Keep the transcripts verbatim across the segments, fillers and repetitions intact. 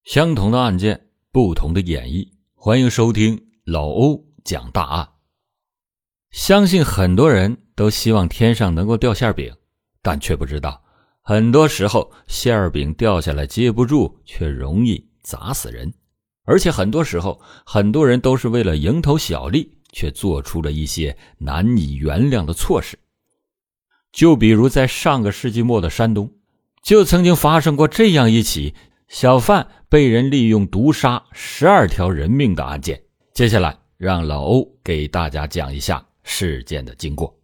相同的案件，不同的演绎，欢迎收听老欧讲大案。相信很多人都希望天上能够掉馅饼，但却不知道很多时候馅饼掉下来接不住，却容易砸死人。而且很多时候很多人都是为了蝇头小利，却做出了一些难以原谅的错事。就比如在上个世纪末的山东，就曾经发生过这样一起小贩被人利用毒杀十二条人命的案件。接下来让老欧给大家讲一下事件的经过。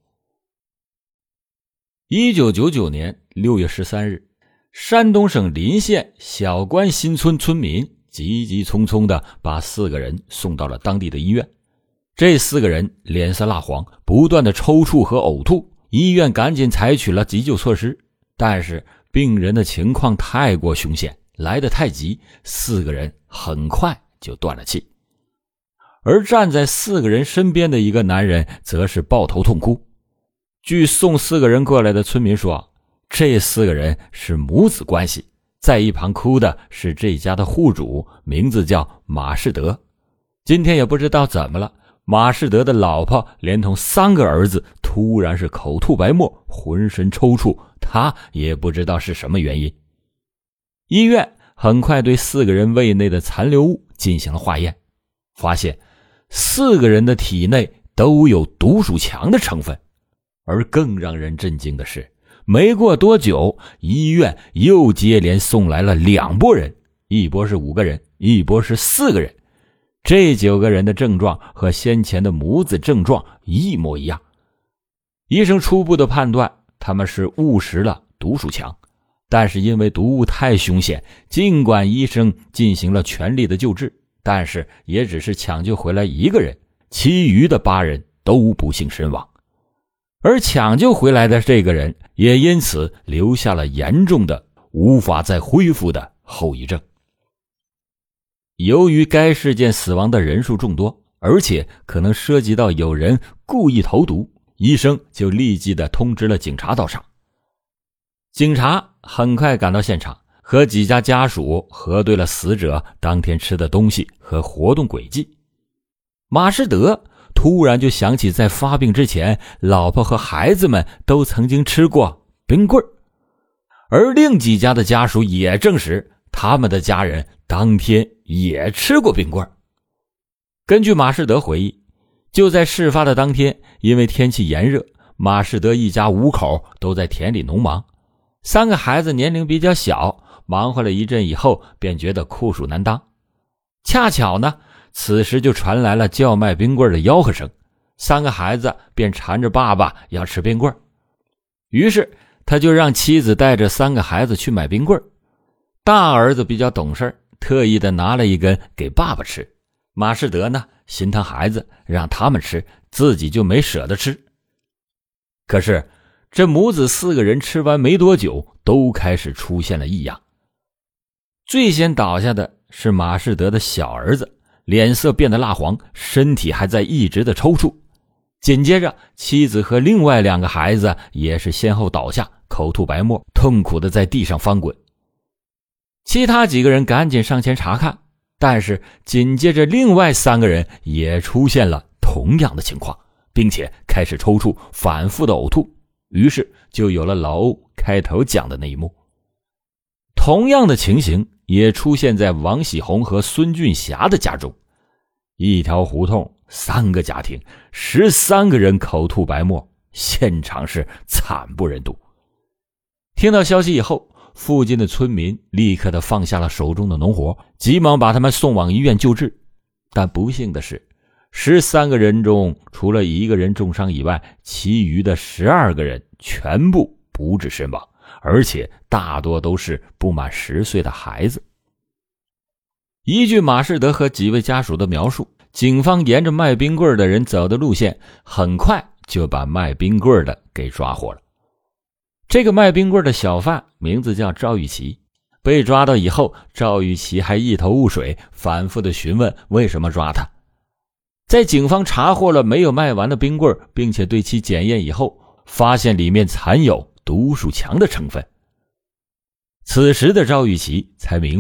一九九九年六月十三日，山东省临县小关新村村民急急匆匆地把四个人送到了当地的医院。这四个人脸色蜡黄，不断的抽搐和呕吐，医院赶紧采取了急救措施，但是病人的情况太过凶险，来得太急，四个人很快就断了气。而站在四个人身边的一个男人则是抱头痛哭。据送四个人过来的村民说，这四个人是母子关系，在一旁哭的是这家的户主，名字叫马士德。今天也不知道怎么了，马士德的老婆连同三个儿子突然是口吐白沫，浑身抽搐，他也不知道是什么原因。医院很快对四个人胃内的残留物进行了化验，发现四个人的体内都有毒鼠强的成分。而更让人震惊的是，没过多久，医院又接连送来了两拨人，一波是五个人，一波是四个人。这九个人的症状和先前的母子症状一模一样。医生初步的判断，他们是误食了毒鼠强，但是因为毒物太凶险，尽管医生进行了全力的救治，但是也只是抢救回来一个人，其余的八人都不幸身亡。而抢救回来的这个人也因此留下了严重的无法再恢复的后遗症。由于该事件死亡的人数众多，而且可能涉及到有人故意投毒，医生就立即的通知了警察到场。警察很快赶到现场，和几家家属核对了死者当天吃的东西和活动轨迹。马士德突然就想起在发病之前，老婆和孩子们都曾经吃过冰棍儿，而另几家的家属也证实他们的家人当天也吃过冰棍儿。根据马士德回忆，就在事发的当天，因为天气炎热，马士德一家五口都在田里农忙，三个孩子年龄比较小，忙活了一阵以后便觉得酷暑难当。恰巧呢，此时就传来了叫卖冰棍的吆喝声，三个孩子便缠着爸爸要吃冰棍。于是他就让妻子带着三个孩子去买冰棍。大儿子比较懂事，特意的拿了一根给爸爸吃。马士德呢，心疼孩子，让他们吃，自己就没舍得吃。可是这母子四个人吃完没多久，都开始出现了异样。最先倒下的是马士德的小儿子，脸色变得蜡黄，身体还在一直的抽搐。紧接着妻子和另外两个孩子也是先后倒下，口吐白沫，痛苦的在地上翻滚。其他几个人赶紧上前查看，但是紧接着另外三个人也出现了同样的情况，并且开始抽搐，反复的呕吐。于是就有了老欧开头讲的那一幕。同样的情形也出现在王喜红和孙俊霞的家中。一条胡同，三个家庭，十三个人口吐白沫，现场是惨不忍睹。听到消息以后，附近的村民立刻的放下了手中的农活，急忙把他们送往医院救治。但不幸的是，十三个人中除了一个人重伤以外，其余的十二个人全部不治身亡，而且大多都是不满十岁的孩子。依据马士德和几位家属的描述，警方沿着卖冰棍的人走的路线，很快就把卖冰棍的给抓获了。这个卖冰棍的小贩名字叫赵玉琪，被抓到以后，赵玉琪还一头雾水，反复的询问为什么抓他。在警方查获了没有卖完的冰棍，并且对其检验以后，发现里面含有毒鼠强的成分。此时的赵玉琪才明白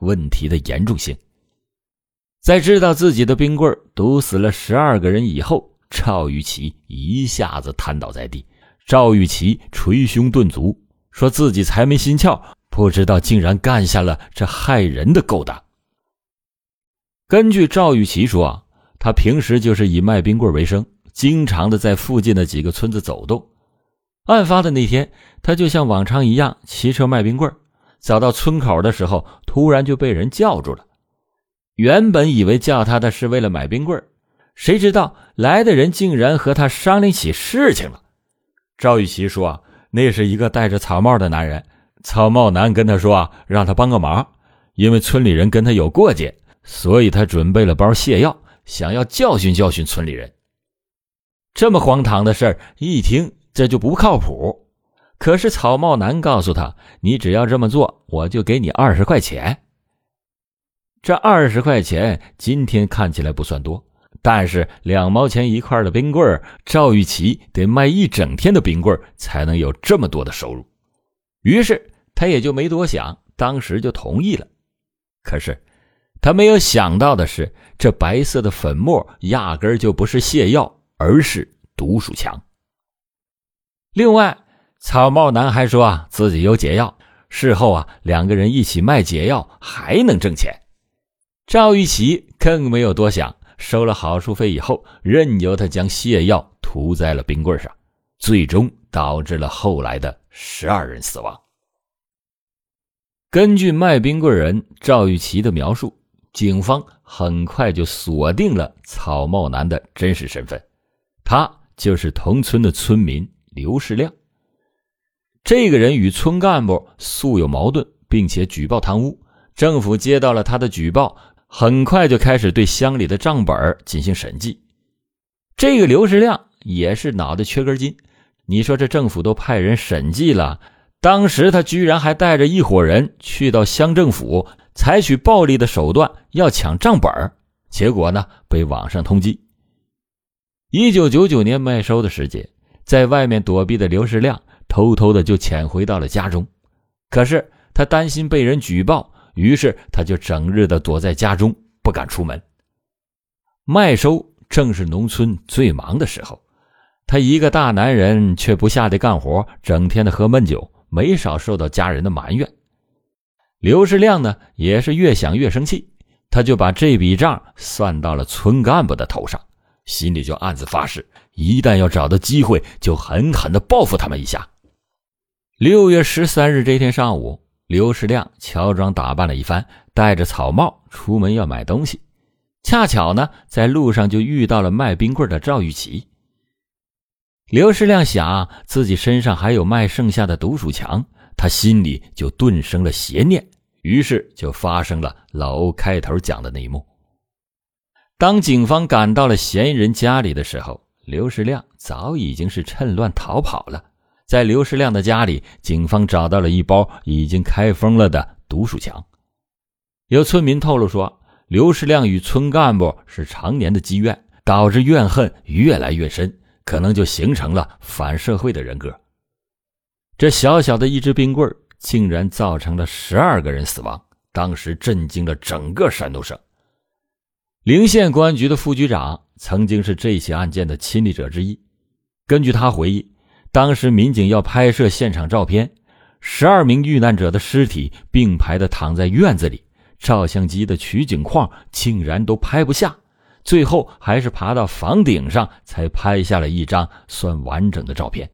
问题的严重性。在知道自己的冰棍毒死了十二个人以后，赵玉琪一下子瘫倒在地。赵玉琪捶胸顿足，说自己财迷心窍，不知道竟然干下了这害人的勾当。根据赵玉琪说啊，他平时就是以卖冰棍为生，经常的在附近的几个村子走动。案发的那天，他就像往常一样骑车卖冰棍，走到村口的时候，突然就被人叫住了。原本以为叫他的是为了买冰棍，谁知道来的人竟然和他商量起事情了。赵玉琪说啊，那是一个戴着草帽的男人，草帽男跟他说啊，让他帮个忙，因为村里人跟他有过节，所以他准备了包泻药，想要教训教训村里人。这么荒唐的事儿，一听这就不靠谱。可是草帽男告诉他，你只要这么做，我就给你二十块钱。这二十块钱今天看起来不算多，但是两毛钱一块的冰棍，赵玉琪得卖一整天的冰棍才能有这么多的收入。于是他也就没多想，当时就同意了。可是他没有想到的是，这白色的粉末压根儿就不是泻药，而是毒鼠强。另外，草帽男还说啊，自己有解药，事后啊两个人一起卖解药还能挣钱。赵玉琪更没有多想，收了好处费以后，任由他将泻药涂在了冰棍上，最终导致了后来的十二人死亡。根据卖冰棍人赵玉琪的描述，警方很快就锁定了草帽男的真实身份，他就是同村的村民刘世亮。这个人与村干部素有矛盾，并且举报贪污，政府接到了他的举报，很快就开始对乡里的账本进行审计。这个刘世亮也是脑袋缺根筋，你说这政府都派人审计了，当时他居然还带着一伙人去到乡政府，采取暴力的手段要抢账本，结果呢被网上通缉。一九九九年麦收的时节，在外面躲避的刘世亮偷偷的就潜回到了家中，可是他担心被人举报，于是他就整日的躲在家中，不敢出门。麦收正是农村最忙的时候，他一个大男人却不下地干活，整天的喝闷酒，没少受到家人的埋怨。刘世亮呢也是越想越生气，他就把这笔账算到了村干部的头上，心里就暗自发誓，一旦要找到机会，就狠狠地报复他们一下。六月十三日这天上午，刘世亮乔装打扮了一番，戴着草帽出门要买东西，恰巧呢在路上就遇到了卖冰棍的赵玉琪。刘世亮想自己身上还有卖剩下的毒鼠强，他心里就顿生了邪念，于是就发生了老欧开头讲的那一幕。当警方赶到了嫌疑人家里的时候，刘世亮早已经是趁乱逃跑了。在刘世亮的家里，警方找到了一包已经开封了的毒鼠强。有村民透露说，刘世亮与村干部是常年的积怨，导致怨恨越来越深，可能就形成了反社会的人格。这小小的一支冰棍竟然造成了十二个人死亡，当时震惊了整个山东省。陵县公安局的副局长曾经是这起案件的亲历者之一，根据他回忆，当时民警要拍摄现场照片，十二名遇难者的尸体并排的躺在院子里，照相机的取景框竟然都拍不下，最后还是爬到房顶上才拍下了一张算完整的照片。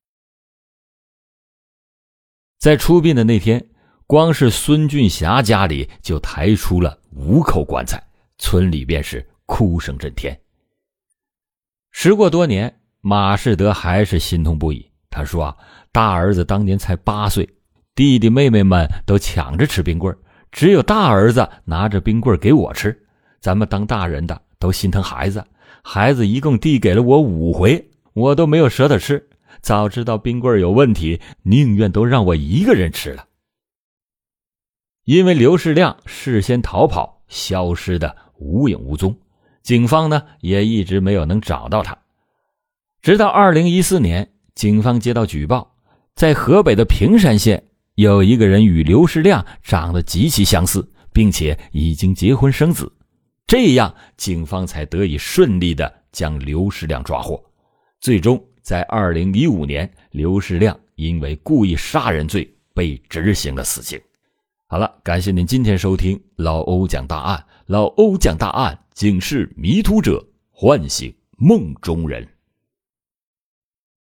在出殡的那天，光是孙俊霞家里就抬出了五口棺材，村里便是哭声震天。时过多年，马世德还是心痛不已。他说啊，大儿子当年才八岁，弟弟妹妹们都抢着吃冰棍，只有大儿子拿着冰棍给我吃。咱们当大人的都心疼孩子，孩子一共递给了我五回，我都没有舍得吃。早知道冰棍有问题，宁愿都让我一个人吃了。因为刘世亮事先逃跑，消失的无影无踪，警方呢也一直没有能找到他。直到二零一四年，警方接到举报，在河北的平山县有一个人与刘世亮长得极其相似， 并且已经结婚生子，这样警方才得以顺利地将刘世亮抓获。最终在二零一五年，刘世亮因为故意杀人罪被执行了死刑。好了，感谢您今天收听老欧讲大案，老欧讲大案，警示迷途者，唤醒梦中人。